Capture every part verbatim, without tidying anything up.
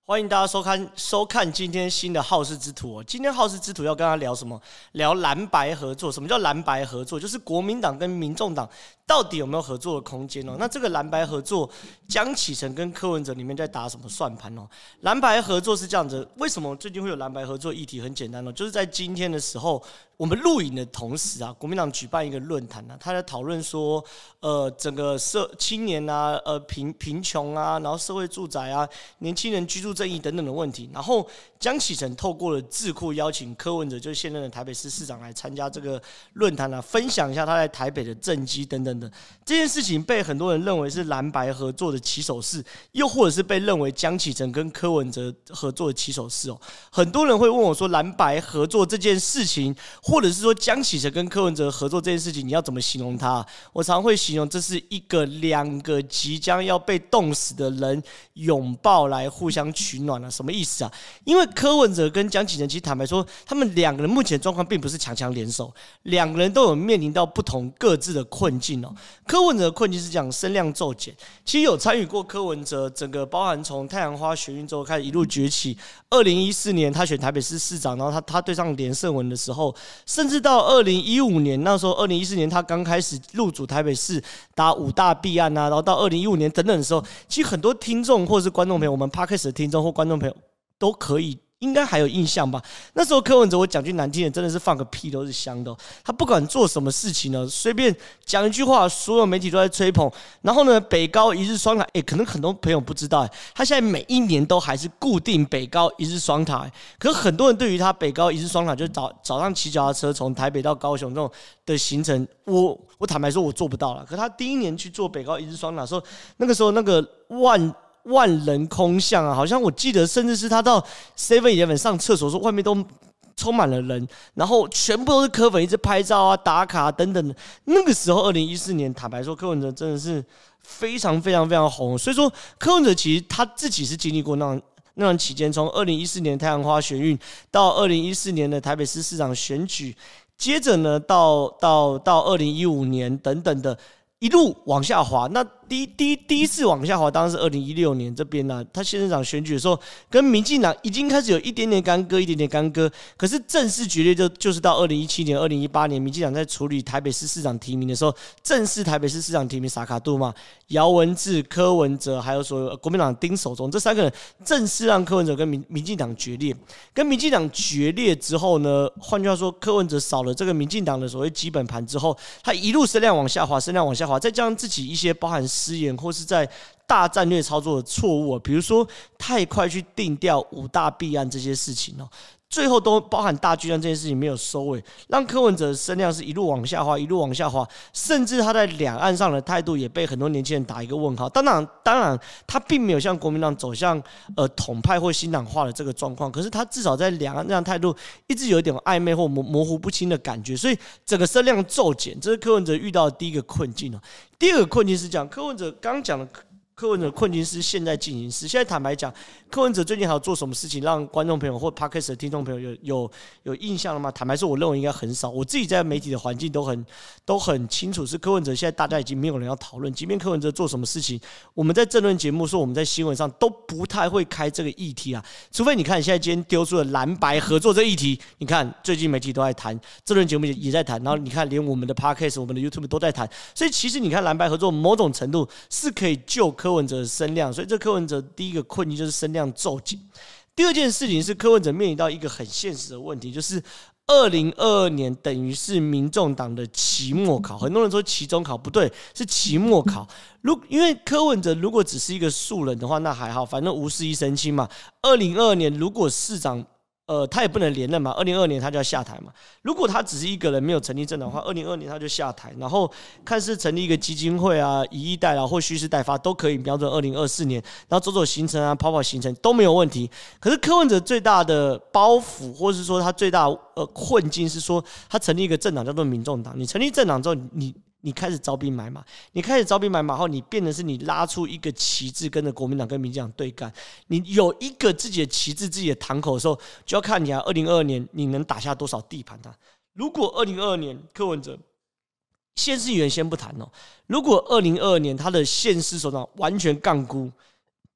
欢迎大家收看收看今天新的好事之徒哦。今天好事之徒要跟他聊什么？聊蓝白合作。什么叫蓝白合作？就是国民党跟民众党到底有没有合作的空间哦？那这个蓝白合作，江启臣跟柯文哲里面在打什么算盘哦？蓝白合作是这样子，为什么最近会有蓝白合作议题？很简单哦，就是在今天的时候，我们录影的同时啊，国民党举办一个论坛啊，他在讨论说，呃，整个社青年啊，呃贫贫穷啊，然后社会住宅啊，年轻人居住正义等等的问题。然后江启臣透过了智库邀请柯文哲，就是现任的台北市市长来参加这个论坛啊，分享一下他在台北的政绩等等的。这件事情被很多人认为是蓝白合作的起手式，又或者是被认为江启臣跟柯文哲合作的起手式哦。很多人会问我说，蓝白合作这件事情，或者是说江启臣跟柯文哲合作这件事情，你要怎么形容它？我常会形容这是一个两个即将要被冻死的人拥抱来互相取暖了、啊，什么意思啊？因为柯文哲跟江启臣其实坦白说，他们两个人目前状况并不是强强联手，两个人都有面临到不同各自的困境哦。柯文哲的困境是讲声量骤减，其实有参与过柯文哲整个包含从太阳花学运之后开始一路崛起，二零一四年他选台北市市长，然后他他对上连胜文的时候，甚至到二零一五年那时候，二零一四年他刚开始入主台北市打五大弊案啊，然后到二零一五年等等的时候，其实很多听众或是观众朋友，我们 Podcast 的听众或观众朋友都可以。应该还有印象吧？那时候柯文哲，我讲句难听的，真的是放个屁都是香的、哦。他不管做什么事情呢，随便讲一句话，所有媒体都在吹捧。然后呢，北高一日双塔，哎，可能很多朋友不知道，他现在每一年都还是固定北高一日双塔。可是很多人对于他北高一日双塔，就早早上骑脚踏车从台北到高雄这种的行程，我我坦白说，我做不到了。可他第一年去做北高一日双塔的时候，那个时候那个万。万人空巷啊，好像我记得，甚至是他到 seven eleven 上厕所，说外面都充满了人，然后全部都是柯粉一直拍照啊、打卡、啊、等等的。那个时候，二零一四年，坦白说，柯文哲真的是非常非常非常红。所以说，柯文哲其实他自己是经历过那样那段期间，从二零一四年太阳花学运到二零一四年的台北市市长选举，接着呢，到到到二零一五年等等的。一路往下滑，那第一第一第一次往下滑，当然是二零一六年这边呢、啊，他县市长选举的时候，跟民进党已经开始有一点点干戈，一点点干戈。可是正式决裂就就是到二零一七年、二零一八年，民进党在处理台北市市长提名的时候，正式台北市市长提名萨卡杜嘛，姚文智、柯文哲，还有所有国民党丁守中这三个人，正式让柯文哲跟民民进党决裂。跟民进党决裂之后呢，换句话说，柯文哲少了这个民进党的所谓基本盘之后，他一路声量往下滑，声量往下滑。再加上自己一些包含失言或是在大战略操作的错误、啊，比如说太快去定调五大弊案这些事情哦，最后都包含大巨蛋这件事情没有收尾，让柯文哲的声量是一路往下滑，一路往下滑，甚至他在两岸上的态度也被很多年轻人打一个问号。当然，当然他并没有像国民党走向呃统派或新党化的这个状况，可是他至少在两岸这样态度一直有一点暧昧或模模糊不清的感觉，所以整个声量骤减，这是柯文哲遇到的第一个困境哦。第二个困境是讲柯文哲刚刚讲的。柯文哲的困境是现在进行时。现在坦白讲，柯文哲最近还有做什么事情让观众朋友或 Podcast 的听众朋友有有有印象了吗？坦白说，我认为应该很少。我自己在媒体的环境都很都很清楚，是柯文哲现在大家已经没有人要讨论。即便柯文哲做什么事情，我们在政论节目说，我们在新闻上都不太会开这个议题啊。除非你看现在今天丢出了蓝白合作这个议题，你看最近媒体都在谈，政论节目也在谈，然后你看连我们的 Podcast、我们的 YouTube 都在谈。所以其实你看蓝白合作，某种程度是可以救柯文哲的声量，所以这柯文哲第一个困境就是声量骤减。第二件事情是柯文哲面临到一个很现实的问题，就是二零二二年等于是民众党的期末考，很多人说期中考不对，是期末考。如因为柯文哲如果只是一个素人的话，那还好，反正无事一身轻嘛。二零二二年如果市长呃，他也不能连任嘛，二零二二年他就要下台嘛。如果他只是一个人没有成立政党的话，二零二二年他就下台，然后看是成立一个基金会啊，以逸待劳或蓄势待发都可以瞄准二零二四年，然后走走行程啊，跑跑行程都没有问题。可是柯文哲最大的包袱，或是说他最大的呃困境是说，他成立一个政党叫做民众党。你成立政党之后，你你开始招兵买马，你开始招兵买马后，你变成是你拉出一个旗帜，跟着国民党跟民进党对干。你有一个自己的旗帜、自己的堂口的时候，就要看你啊，二零二二年你能打下多少地盘啊？如果二零二二年柯文哲县市议员先不谈哦，如果二零二二年他的县市首长完全杠估，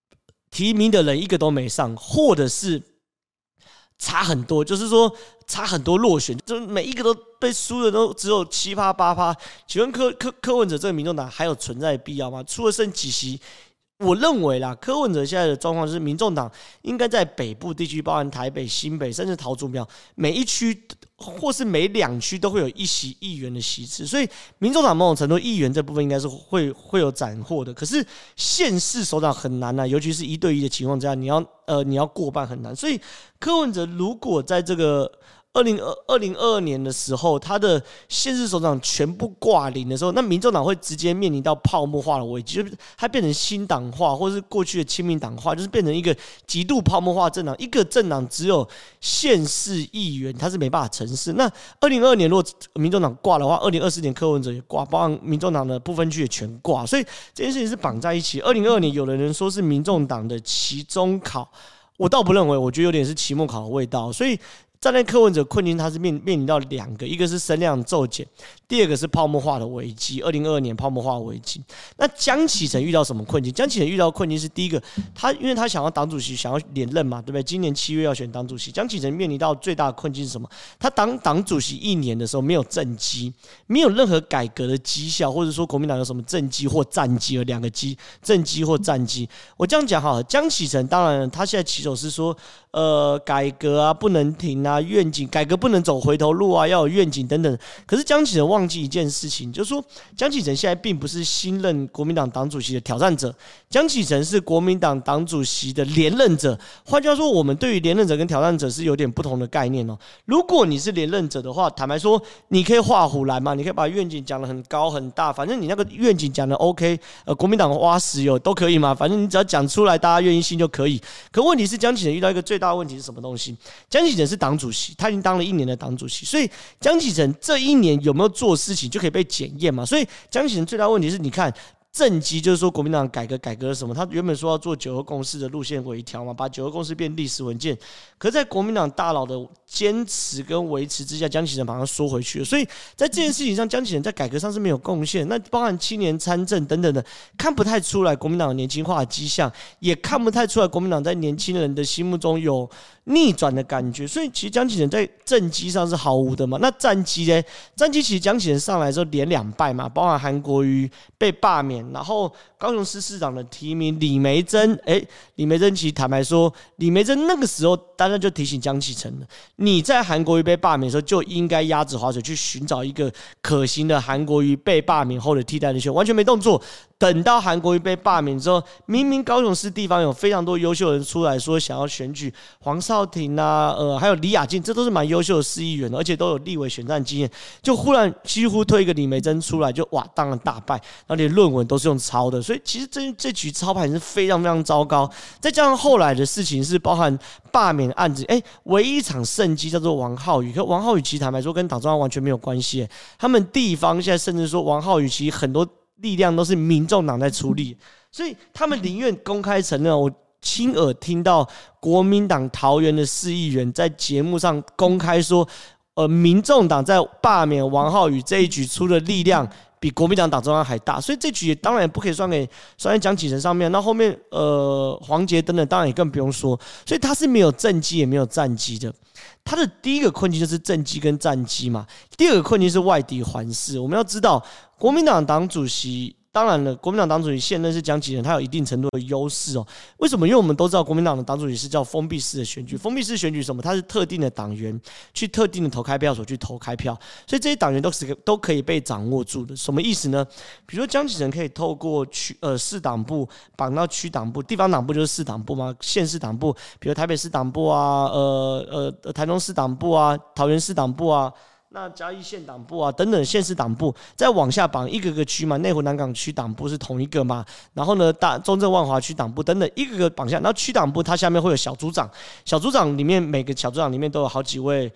提名的人一个都没上，或者是差很多，就是说差很多落选，就每一个都被输的都只有七趴八趴。请问柯柯柯文哲这个民众党还有存在的必要吗？除了剩几席？我认为啦，柯文哲现在的状况是，民众党应该在北部地区，包含台北、新北，甚至桃竹苗，每一区或是每两区都会有一席议员的席次，所以民众党某种程度议员这部分应该是会会有斩获的。可是县市首长很难啊，尤其是一对一的情况之下，你要呃你要过半很难。所以柯文哲如果在这个二零二二零二二年的时候，他的县市首长全部挂零的时候，那民众党会直接面临到泡沫化的危机，就是它变成新党化，或是过去的亲民党化，就是变成一个极度泡沫化政党。一个政党只有县市议员，他是没办法成事。那二零二二年如果民众党挂的话，二零二四年柯文哲也挂，包含民众党的不分区也全挂，所以这件事情是绑在一起。二零二二年有的人说是民众党的期中考，我倒不认为，我觉得有点是期末考的味道，所以。站在柯文哲困境，他是面面临到两个，一个是声量骤减，第二个是泡沫化的危机。二零二二年泡沫化的危机，那江启臣遇到什么困境？江启臣遇到的困境是第一个，他因为他想要党主席，想要连任嘛，对不对？今年七月要选党主席，江启臣面临到最大的困境是什么？他当党主席一年的时候没有政绩，没有任何改革的绩效，或者说国民党有什么政绩或战绩，有两个绩，政绩或战绩。我这样讲好了，江启臣当然他现在起手是说，呃，改革啊不能停啊。啊，愿景改革不能走回头路啊，要有愿景等等。可是江启臣忘记一件事情，就是说江启臣现在并不是新任国民党党主席的挑战者，江启臣是国民党党主席的连任者。换句话说，我们对于连任者跟挑战者是有点不同的概念哦。如果你是连任者的话，坦白说，你可以画虎蓝嘛，你可以把愿景讲得很高很大，反正你那个愿景讲得 OK， 呃，国民党挖石油都可以嘛，反正你只要讲出来，大家愿意信就可以。可问题是江启臣遇到一个最大的问题是什么东西？江启臣是党主席，他已经当了一年的党主席，所以江启臣这一年有没有做事情就可以被检验嘛？所以江启臣最大的问题是，你看政绩就是说国民党改革改革了什么？他原本说要做九二共识的路线微调嘛，把九二共识变历史文件，可是在国民党大佬的坚持跟维持之下，江启臣马上缩回去了。所以在这件事情上，江启臣在改革上是没有贡献。那包含青年参政等等的，看不太出来国民党有年轻化的迹象，也看不太出来国民党在年轻人的心目中有逆转的感觉。所以其实江启臣在政绩上是毫无的嘛。那战绩呢？战绩其实江启臣上来之后连两败嘛，包含韩国瑜被罢免，然后高雄市市长的提名李眉臻，哎，李眉臻其实坦白说，李眉臻那个时候大家就提醒江启臣了，你在韩国瑜被罢免的时候就应该鸭子划水去寻找一个可行的韩国瑜被罢免后的替代人选，完全没动作。等到韩国瑜被罢免之后，明明高雄市地方有非常多优秀人出来说想要选举黄少廷啊，呃，还有李雅静，这都是蛮优秀的市议员，而且都有立委选战经验，就忽然几乎推一个李眉臻出来，就哇，当然大败，然后连论文都是用抄的，所以其实这这局操盘是非常非常糟糕。再加上后来的事情是包含罢免案子，哎，唯一一场胜绩叫做王浩宇，可王浩宇其实坦白说跟党中央完全没有关系，他们地方现在甚至说王浩宇其实很多力量都是民众党在出力，所以他们宁愿公开承认。我亲耳听到国民党桃园的市议员在节目上公开说，呃，民众党在罢免王浩宇这一局出的力量比国民党党中央还大，所以这局也当然也不可以算给算在江启臣上面。那后面呃黄捷等等当然也更不用说，所以他是没有政绩也没有战绩的。他的第一个困境就是政绩跟战绩嘛，第二个困境是外敌环视。我们要知道，国民党党主席。当然了，国民党党主席现任是江启臣，他有一定程度的优势哦。为什么？因为我们都知道国民党的党主席是叫封闭式的选举，封闭式选举什么？它是特定的党员去特定的投开票所去投开票，所以这些党员都是都可以被掌握住的。什么意思呢？比如说江启臣可以透过区呃市党部绑到区党部，地方党部就是市党部嘛，县市党部，比如台北市党部啊，呃呃台中市党部啊，桃园市党部啊。那嘉义县党部啊，等等县市党部，再往下绑一个个区嘛，内湖南港区党部是同一个嘛，然后呢，大中正万华区党部等等一个个绑下，然后区党部它下面会有小组长，小组长里面每个小组长里面都有好几位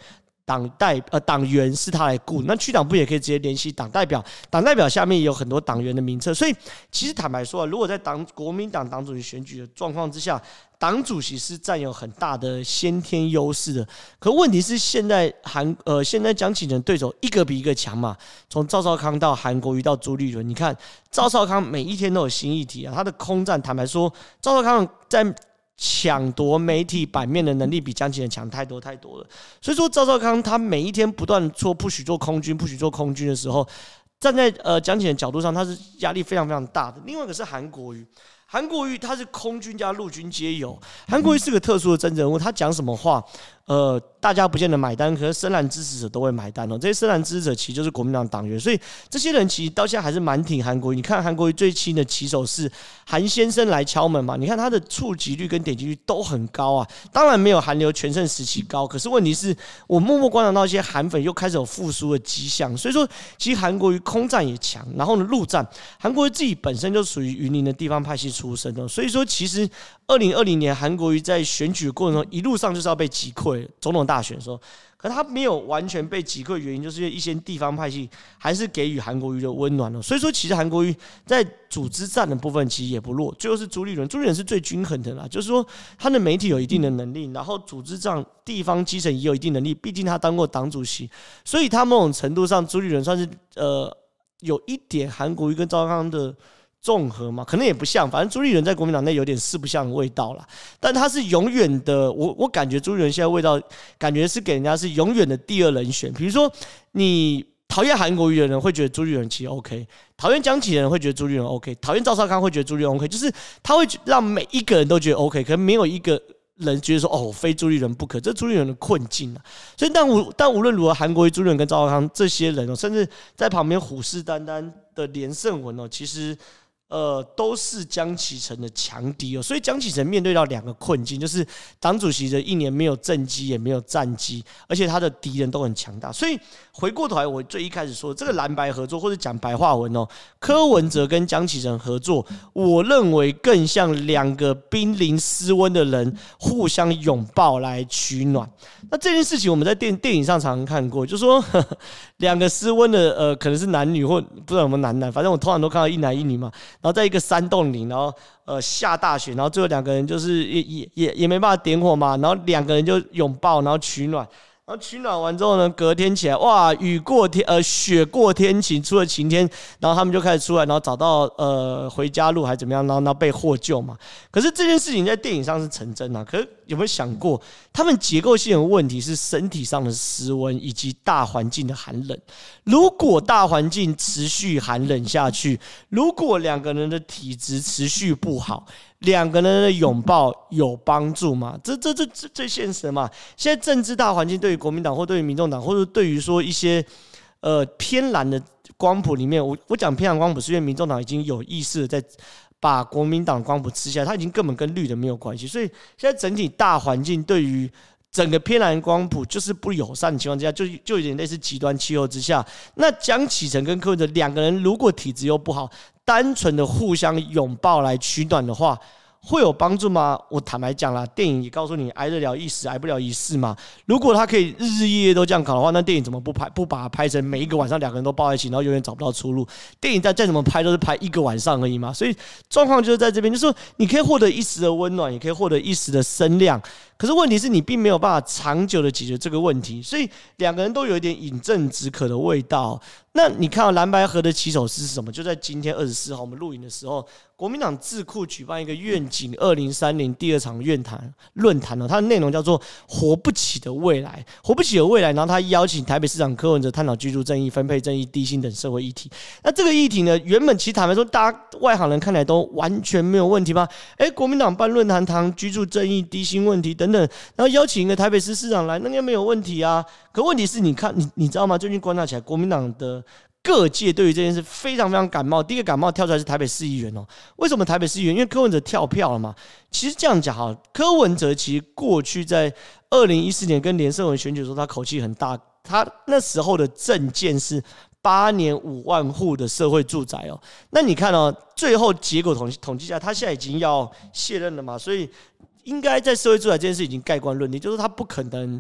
党代呃党员是他来雇，那区党部也可以直接联系党代表，党代表下面也有很多党员的名册，所以其实坦白说啊，如果在党国民党党主席选举的状况之下，党主席是占有很大的先天优势的。可问题是现在韩呃现在江启臣对手一个比一个强嘛，从赵少康到韩国瑜到朱立伦，你看赵少康每一天都有新议题啊，他的空战坦白说，赵少康在抢夺媒体版面的能力比江启臣强太多太多了，所以说赵少康他每一天不断说不许做空军，不许做空军的时候，站在呃江启臣角度上，他是压力非常非常大的。另外一个是韩国瑜，韩国瑜他是空军加陆军皆有，韩国瑜是个特殊的政治人物，他讲什么话，呃，大家不见得买单，可是深蓝支持者都会买单哦。这些深蓝支持者其实就是国民党党员，所以这些人其实到现在还是蛮挺韩国瑜。你看韩国瑜最新的起手是韩先生来敲门嘛，你看他的触及率跟点击率都很高啊，当然没有韩流全盛时期高，可是问题是我默默观察到一些韩粉又开始有复苏的迹象，所以说其实韩国瑜空战也强，然后呢陆战，韩国瑜自己本身就属于云林的地方派系出身的，所以说其实二零二零年韩国瑜在选举的过程中一路上就是要被击溃。总统大选的时候，可是他没有完全被击溃，原因就是因为一些地方派系还是给予韩国瑜的温暖了。所以说，其实韩国瑜在组织战的部分其实也不弱。最后是朱立伦，朱立伦是最均衡的啦，就是说他的媒体有一定的能力，然后组织战地方基层也有一定能力，毕竟他当过党主席，所以他某种程度上，朱立伦算是呃有一点韩国瑜跟赵少康的综合嘛，可能也不像，反正朱立伦在国民党内有点四不像的味道啦。但他是永远的，我我感觉朱立伦现在味道，感觉是给人家是永远的第二人选。比如说，你讨厌韩国瑜的人会觉得朱立伦其实 OK， 讨厌江启臣的人会觉得朱立伦 OK， 讨厌赵少康会觉得朱立伦 OK， 就是他会让每一个人都觉得 OK， 可能没有一个人觉得说哦，非朱立伦不可，这是朱立伦的困境啊。所以但无但无论如何，韩国瑜、朱立伦跟赵少康这些人哦，甚至在旁边虎视眈眈的连胜文哦，其实。呃，都是江启臣的强敌哦，所以江启臣面对到两个困境，就是党主席的一年没有政绩，也没有战绩，而且他的敌人都很强大。所以回过头来，我最一开始说这个蓝白合作，或者讲白话文哦，柯文哲跟江启臣合作，我认为更像两个濒临失温的人互相拥抱来取暖。那这件事情我们在电电影上常常看过，就说呵呵两个失温的呃，可能是男女或不知道有没有男男，反正我通常都看到一男一女嘛。然后在一个山洞里，然后呃下大雪，然后最后两个人就是也也也也没办法点火嘛，然后两个人就拥抱，然后取暖，然后取暖完之后呢，隔天起来，哇，雨过天呃雪过天晴，出了晴天，然后他们就开始出来，然后找到呃回家路还怎么样，然后然后被获救嘛。可是这件事情在电影上是成真啊，可是有没有想过，他们结构性的问题是身体上的失温以及大环境的寒冷。如果大环境持续寒冷下去，如果两个人的体质持续不好，两个人的拥抱有帮助吗？这这这这最现实的嘛。现在政治大环境对于国民党或对于民众党，或者对于说一些呃偏蓝的光谱里面，我我讲偏蓝光谱是因为民众党已经有意识的在把国民党光谱吃下来，它已经根本跟绿的没有关系，所以现在整体大环境对于整个偏蓝光谱就是不友善的情况之下，就就有点类似极端气候之下。那江启臣跟柯文哲两个人如果体质又不好，单纯的互相拥抱来取暖的话，会有帮助吗？我坦白讲啦，电影也告诉你，挨得了一时，挨不了一世嘛。如果他可以日日夜夜都这样搞的话，那电影怎么不拍？不把它拍成每一个晚上两个人都抱在一起，然后永远找不到出路？电影再再怎么拍，都是拍一个晚上而已嘛。所以状况就是在这边，就是说你可以获得一时的温暖，也可以获得一时的声量。可是问题是你并没有办法长久的解决这个问题，所以两个人都有一点饮鸩止渴的味道。那你看到蓝白合的起手式是什么？就在今天二十四号我们录影的时候，国民党智库举办一个愿景二零三零第二场愿谈论坛哦，它的内容叫做“活不起的未来”，活不起的未来。然后他邀请台北市长柯文哲探讨居住正义、分配正义、低薪等社会议题。那这个议题呢，原本其实坦白说，大家外行人看来都完全没有问题吧？哎，国民党办论坛谈居住正义、低薪问题等等，然后邀请一个台北市市长来，那应该没有问题啊。可问题是，你看，你你知道吗？最近观察起来，国民党的各界对于这件事非常非常感冒。第一个感冒跳出来是台北市议员哦，为什么台北市议员？因为柯文哲跳票了嘛。其实这样讲哈，柯文哲其实过去在二零一四年跟连胜文选举的时候，他口气很大，他那时候的政见是八年五万户的社会住宅哦。那你看哦，最后结果统计统计下，他现在已经要卸任了嘛，所以应该在社会住宅这件事已经盖棺论定，就是他不可能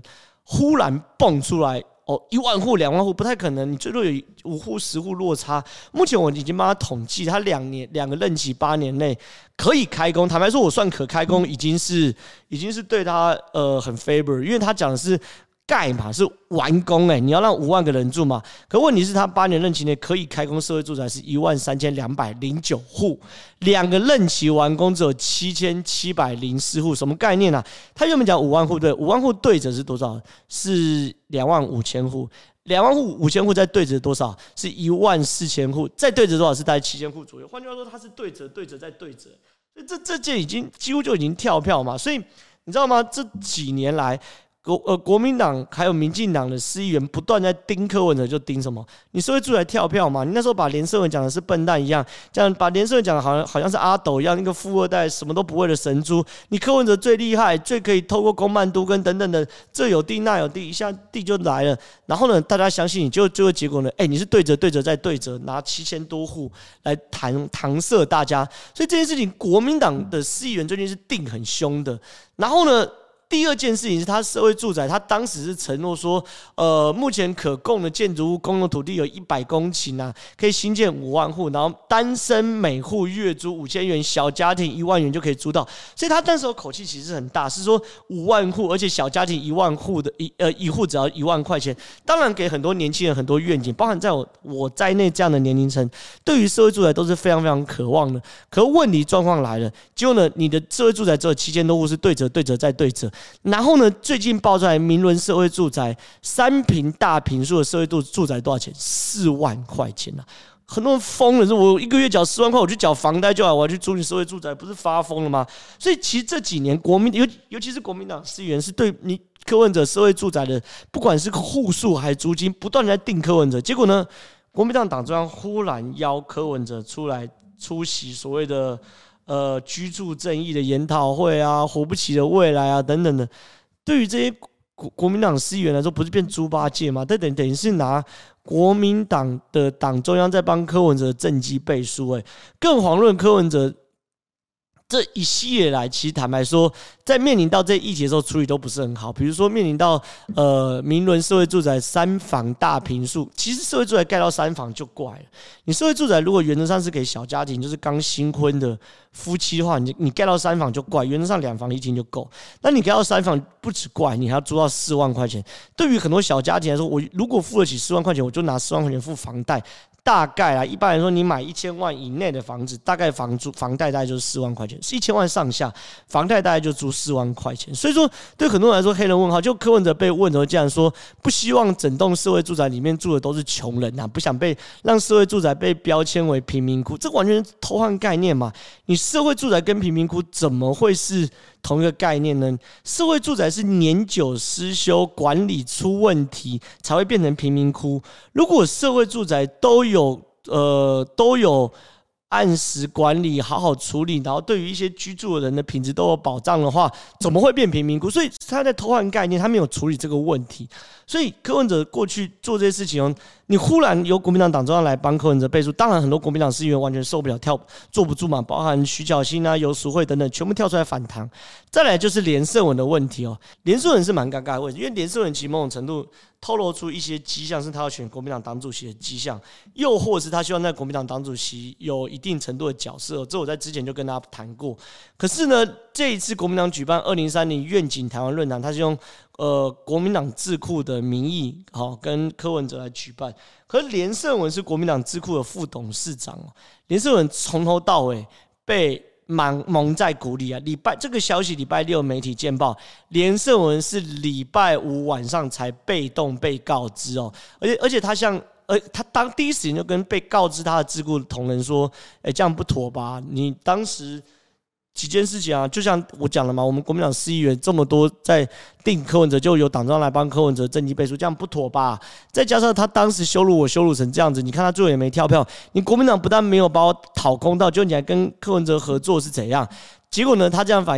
忽然蹦出来。哦，一万户、两万户不太可能，你最多有五户、十户落差。目前我已经帮他统计，他两年两个任期八年内可以开工。坦白说，我算可开工，已经是已经是对他呃很 favor， 因为他讲的是盖嘛，是完工哎、欸，你要让五万个人住嘛。可问题是，他八年任期内可以开工社会住宅是一万三千两百零九户，两个任期完工只有七千七百零四户，什么概念啊？他原本讲五万户，对，五万户对折是多少？是两万五千户。两万户五千户再对折多少？是一万四千户，再对折多少？是大概七千户左右。换句话说，它是对折、对折再对折，所以这这届已经几乎就已经跳票嘛。所以你知道吗？这几年来。国呃国民党还有民进党的市议员不断在盯柯文哲，就盯什么？你社会住宅跳票嘛？你那时候把连胜文讲的是笨蛋一样，这样把连胜文讲的好像好像是阿斗一样，那个富二代什么都不会的神猪。你柯文哲最厉害，最可以透过公办都跟等等的，这有地那有地，一下地就来了。然后呢，大家相信你，就最后结果呢，哎、欸，你是对折对折再对折，拿七千多户来搪搪塞大家。所以这件事情，国民党的市议员最近是定很凶的。然后呢？第二件事情是他社会住宅，他当时是承诺说，呃，目前可供的建筑物公用土地有一百公顷啊，可以新建五万户，然后单身每户月租五千元，小家庭一万元就可以租到。所以他那时候口气其实很大，是说五万户，而且小家庭一万户的一呃一户只要一万块钱。当然给很多年轻人很多愿景，包含在我我在内这样的年龄层，对于社会住宅都是非常非常渴望的。可问题状况来了，结果呢，你的社会住宅只有七千多户是对折对折再对折。然后呢？最近爆出来，明伦社会住宅三坪大坪数的社会住宅多少钱？四万块钱啊！很多人疯了，说我一个月缴四万块，我去缴房贷就好，我要去租你社会住宅，不是发疯了吗？所以其实这几年国民尤尤其是国民党市议员是对你柯文哲社会住宅的，不管是户数还是租金，不断的在定柯文哲。结果呢，国民党党中央忽然邀柯文哲出来出席所谓的。呃，居住正义的研讨会啊，活不起的未来啊，等等的，对于这些国国民党市议员来说，不是变猪八戒吗？这等等于是拿国民党的党中央在帮柯文哲的政绩背书，哎，更遑论柯文哲这一系列来，其实坦白说，在面临到这议题的时候，处理都不是很好。比如说面临到呃明伦社会住宅三房大坪数，其实社会住宅盖到三房就怪了。你社会住宅如果原则上是给小家庭，就是刚新婚的夫妻的话，你你盖到三房就怪，原则上两房一厅就够。那你盖到三房不止怪，你还要租到四万块钱。对于很多小家庭来说，我如果付得起四万块钱，我就拿四万块钱付房贷。大概啊，一般来说，你买一千万以内的房子，大概房租房贷大概就是四万块钱，是一千万上下，房贷大概就租四万块钱。所以说，对很多人来说，黑人问号。就柯文哲被问的时候，竟然说不希望整栋社会住宅里面住的都是穷人啊，不想被让社会住宅被标签为贫民窟，这完全是偷换概念嘛？你社会住宅跟贫民窟怎么会是同一个概念呢？社会住宅是年久失修、管理出问题才会变成贫民窟。如果社会住宅都有呃都有按时管理、好好处理，然后对于一些居住的人的品质都有保障的话，怎么会变贫民窟？所以他在偷换概念，他没有处理这个问题。所以柯文哲过去做这些事情，你忽然由国民党党中央来帮柯文哲背书，当然很多国民党市议员完全受不了，跳坐不住嘛，包含徐巧芯啊、游淑慧等等，全部跳出来反弹。再来就是连胜文的问题哦，连胜文是蛮尴尬的问题，因为连胜文其实某种程度透露出一些迹象，是他要选国民党党主席的迹象，又或是他希望在国民党党主席有一定程度的角色，这我在之前就跟大家谈过。可是呢，这一次国民党举办二零三零愿景台湾论坛，他是用呃国民党智库的名义，好、哦、跟柯文哲来举办。可是连胜文是国民党智库的副董事长，连胜文从头到尾被蒙蒙在鼓里啊！礼拜这个消息，礼拜六媒体见报，连胜文是礼拜五晚上才被动被告知哦，而且而且他像，呃，他当第一时间就跟被告知他的自雇同仁说，哎、欸，这样不妥吧？你当时几件事情啊，就像我讲了嘛，我们国民党市议员这么多在定柯文哲，就由党中央来帮柯文哲政绩背书，这样不妥吧？再加上他当时羞辱我，羞辱成这样子，你看他最后也没跳票。你国民党不但没有把我讨公道，就你还跟柯文哲合作是怎样？结果呢，他这样反应，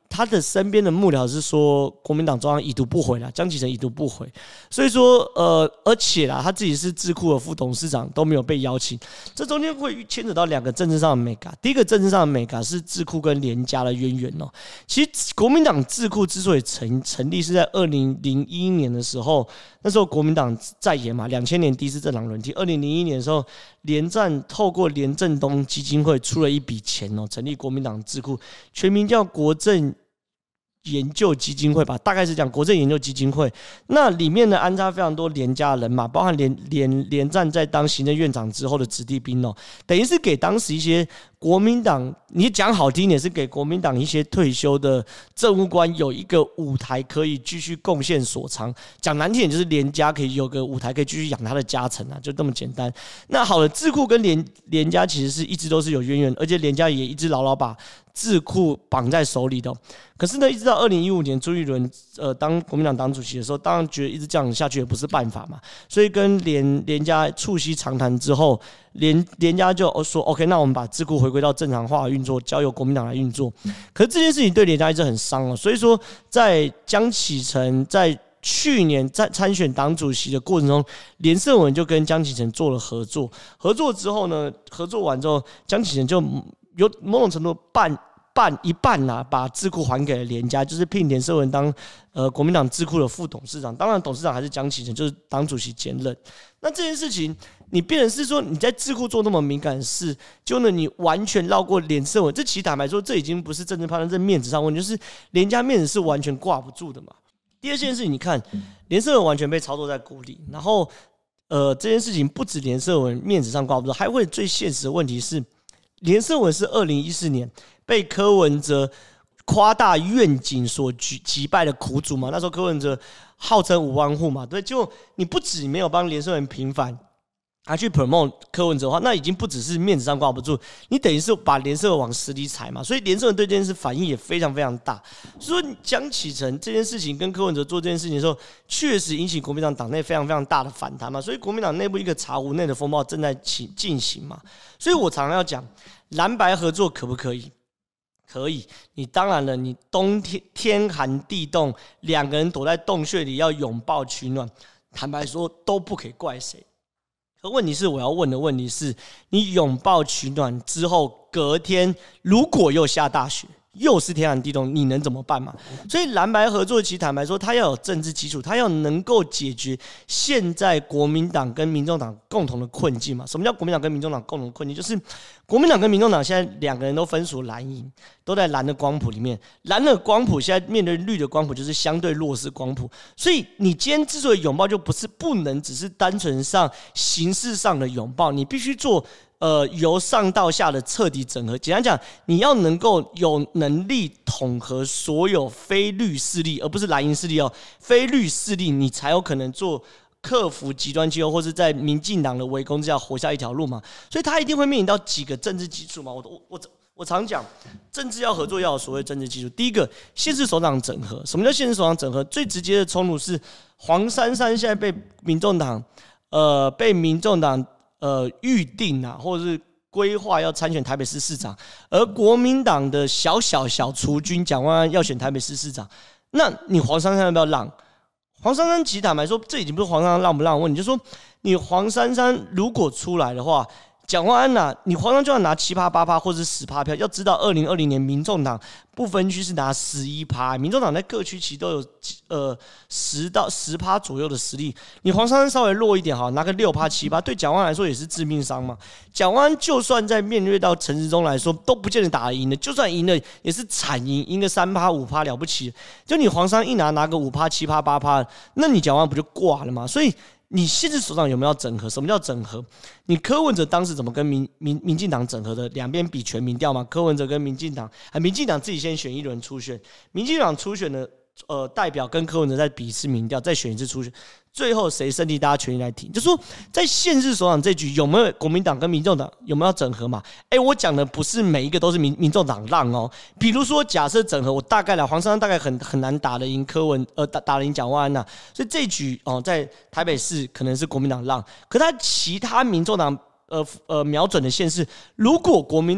他的身边的幕僚是说，国民党中央已读不回啦，江启臣已读不回，所以说，呃，而且啦，他自己是智库的副董事长都没有被邀请，这中间会牵扯到两个政治上的美感。第一个政治上的美感是智库跟连家的渊源哦。其实国民党智库之所以成成立，是在二零零一年的时候，那时候国民党在野嘛，两千年第一次政党轮替，二零零一年的时候，连战透过连震东基金会出了一笔钱哦，成立国民党智库，全名叫国政研究基金会吧，大概是讲国政研究基金会。那里面呢安插非常多连家的人马，包含连连连战在当行政院长之后的子弟兵哦，等于是给当时一些国民党，你讲好听点是给国民党一些退休的政务官有一个舞台可以继续贡献所长，讲难听点就是连家可以有个舞台可以继续养他的家臣啊，就这么简单。那好了，智库跟连连家其实是一直都是有渊源，而且连家也一直牢牢把智库绑在手里的、哦。可是呢，一直到二零一五年朱立伦呃当国民党党主席的时候，当然觉得一直这样下去也不是办法嘛，所以跟连连家促膝长谈之后，连连家就说 OK， 那我们把智库回归到正常化的运作，交由国民党来运作。可是这件事情对连家一直很伤哦，所以说在江启臣在去年在参选党主席的过程中，连胜文就跟江启臣做了合作。合作之后呢，合作完之后，江启臣就有某种程度半半一半呐、啊，把智库还给了连家，就是聘连胜文当呃国民党智库的副董事长。当然，董事长还是江启臣，就是党主席兼任。那这件事情，你变成是说你在智库做那么敏感的事，就呢你完全绕过连胜文。这其实坦白说，这已经不是政治判断，这面子上问题，就是连家面子是完全挂不住的嘛。第二件事情，你看连胜文完全被操作在鼓里，然后呃这件事情不止连胜文面子上挂不住，还会最现实的问题是。连胜文是二零一四年被柯文哲夸大愿景所击败的苦主嘛？那时候柯文哲号称五万户嘛，对，就你不止没有帮连胜文平反，还去 promote 柯文哲的话，那已经不只是面子上挂不住，你等于是把连胜文往死里踩嘛。所以连胜文对这件事反应也非常非常大。所以江启臣这件事情跟柯文哲做这件事情的时候，确实引起国民党党内非常非常大的反弹嘛。所以国民党内部一个茶壶内的风暴正在进行嘛。所以我常常要讲，蓝白合作可不可以？可以。你当然了，你冬天天寒地冻，两个人躲在洞穴里要拥抱取暖，坦白说都不可以怪谁。可问题是，我要问的问题是，你拥抱取暖之后，隔天如果又下大雪，又是天寒地冻，你能怎么办嘛？所以蓝白合作，其实坦白说，它要有政治基础，它要能够解决现在国民党跟民众党共同的困境嘛。什么叫国民党跟民众党共同的困境？就是国民党跟民众党现在两个人都分属蓝营，都在蓝的光谱里面。蓝的光谱现在面对绿的光谱，就是相对弱势光谱。所以你今天之所以拥抱，就不是不能只是单纯上形式上的拥抱，你必须做。呃，由上到下的彻底整合。简单讲，你要能够有能力统合所有非绿势力，而不是蓝营势力哦，非绿势力，你才有可能做克服极端气候，或是在民进党的围攻之下活下一条路嘛。所以他一定会面临到几个政治基础嘛。我我我我常讲，政治要合作要有所谓政治基础。第一个，县市首长整合。什么叫县市首长整合？最直接的冲突是黄珊珊现在被民众党，呃，被民众党。呃，预定啊，或者是规划要参选台北市市长，而国民党的小小小雏君蒋万安要选台北市市长，那你黄珊珊要不要让？黄珊珊其实坦白说，这已经不是黄珊珊让不让的问题，就是说你黄珊珊如果出来的话。蒋万安呐，你黄珊就要拿七趴八趴或者十趴票，要知道二零二零年民众党不分区是拿十一趴，民众党在各区其实都有呃十到十趴左右的实力。你黄珊稍微弱一点哈，拿个六趴七趴，对蒋万安来说也是致命伤嘛。蒋万安就算在面对到陈时中来说，都不见得打得赢的，就算赢了也是惨赢，赢个三趴五趴了不起。就你黄珊一拿拿个五趴七趴八趴，那你蒋万安不就挂了吗？所以。你现在手上有没有要整合？什么叫整合？你柯文哲当时怎么跟民民民进党整合的？两边比全民调嘛？柯文哲跟民进党，啊，民进党自己先选一轮初选，民进党初选的呃代表跟柯文哲再比一次民调，再选一次初选，最后谁胜利，大家全力来挺。就说在县市首长这局有没有国民党跟民众党有没有要整合嘛？哎、欸，我讲的不是每一个都是民民众党让哦。比如说假设整合，我大概来黄珊珊大概很很难打得赢柯文，呃打打得赢蒋万安呐、啊，所以这局哦在台北市可能是国民党让，可他其他民众党呃呃瞄准的县市，如果国民党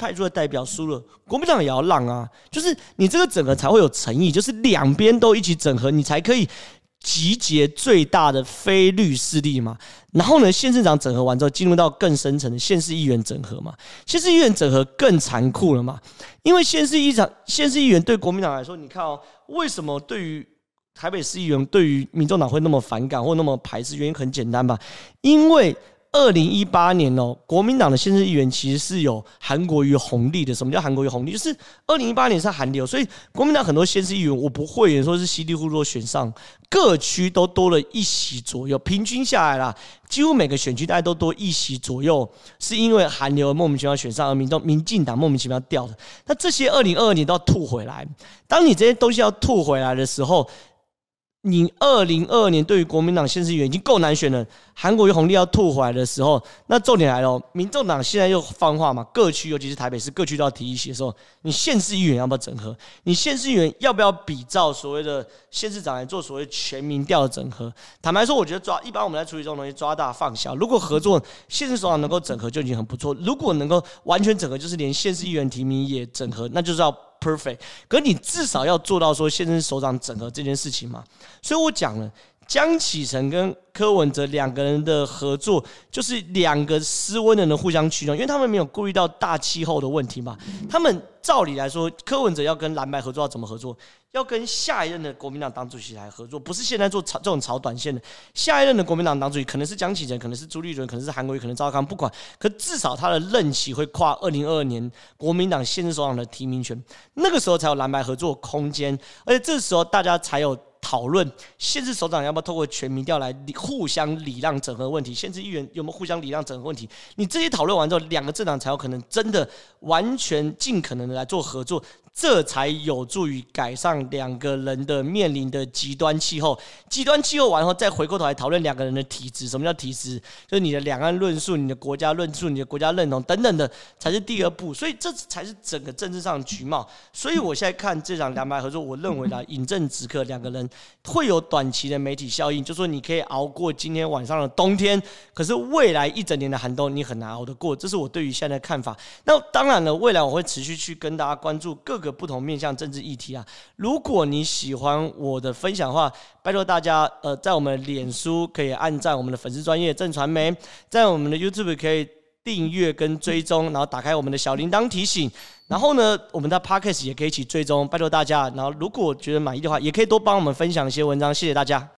派出的代表输了，国民党也要让啊，就是你这个整合才会有诚意，就是两边都一起整合，你才可以集结最大的非律势力嘛。然后呢，县市长整合完之后，进入到更深层的县市议员整合嘛。县市议员整合更残酷了嘛，因为县市议长、县市议员对国民党来说，你看哦，为什么对于台北市议员对于民众党会那么反感或那么排斥？原因很简单吧，因为二零一八年哦，国民党的县市议员其实是有韩国瑜红利的。什么叫韩国瑜红利？就是二零一八年是韩流，所以国民党很多县市议员，我不会说是稀里糊涂选上，各区都多了一席左右，平均下来啦，几乎每个选区大概都多一席左右，是因为韩流莫名其妙选上，而民众民进党莫名其妙掉的。那这些二零二二年都要吐回来，当你这些东西要吐回来的时候，你二零二二年对于国民党县市议员已经够难选了，韩国瑜红利要吐回来的时候，那重点来了，民众党现在又放话嘛，各区尤其是台北市各区都要提一席的时候，你县市议员要不要整合？你县市议员要不要比照所谓的县市长来做所谓全民调的整合？坦白说，我觉得抓一般我们在处理这种东西，抓大放小。如果合作县市首长能够整合就已经很不错，如果能够完全整合，就是连县市议员提名也整合，那就是要perfect， 可是你至少要做到说县市首长整合这件事情嘛。所以我讲了，江启臣跟柯文哲两个人的合作，就是两个斯温的人互相取暖，因为他们没有顾虑到大气候的问题嘛。他们照理来说，柯文哲要跟蓝白合作要怎么合作？要跟下一任的国民党党主席来合作，不是现在做这种炒短线的。下一任的国民党党主席可能是江启臣，可能是朱立伦，可能是韩国瑜，可能是赵少康，不管，可至少他的任期会跨二零二二年国民党县市首长的提名权，那个时候才有蓝白合作空间，而且这时候大家才有讨论县市首长要不要透过全民调来互相礼让整合问题，县市议员有没有互相礼让整合问题？你这些讨论完之后，两个政党才有可能真的完全尽可能的来做合作，这才有助于改善两个人的面临的极端气候。极端气候完后，再回过头来讨论两个人的体质。什么叫体质？就是你的两岸论述、你的国家论述、你的国家认同等等的，才是第二步。所以这才是整个政治上的局貌。所以我现在看这场蓝白合作，我认为啦，饮鸩止渴，两个人会有短期的媒体效应，就说你可以熬过今天晚上的冬天，可是未来一整年的寒冬你很难熬得过。这是我对于现在的看法。那当然了，未来我会持续去跟大家关注各个不同面向政治议题啊。如果你喜欢我的分享的话，拜托大家呃，在我们的脸书可以按赞我们的粉丝专页正传媒，在我们的 YouTube 可以订阅跟追踪，然后打开我们的小铃铛提醒。然后呢，我们的 Podcast 也可以一起追踪，拜托大家。然后如果觉得满意的话，也可以多帮我们分享一些文章，谢谢大家。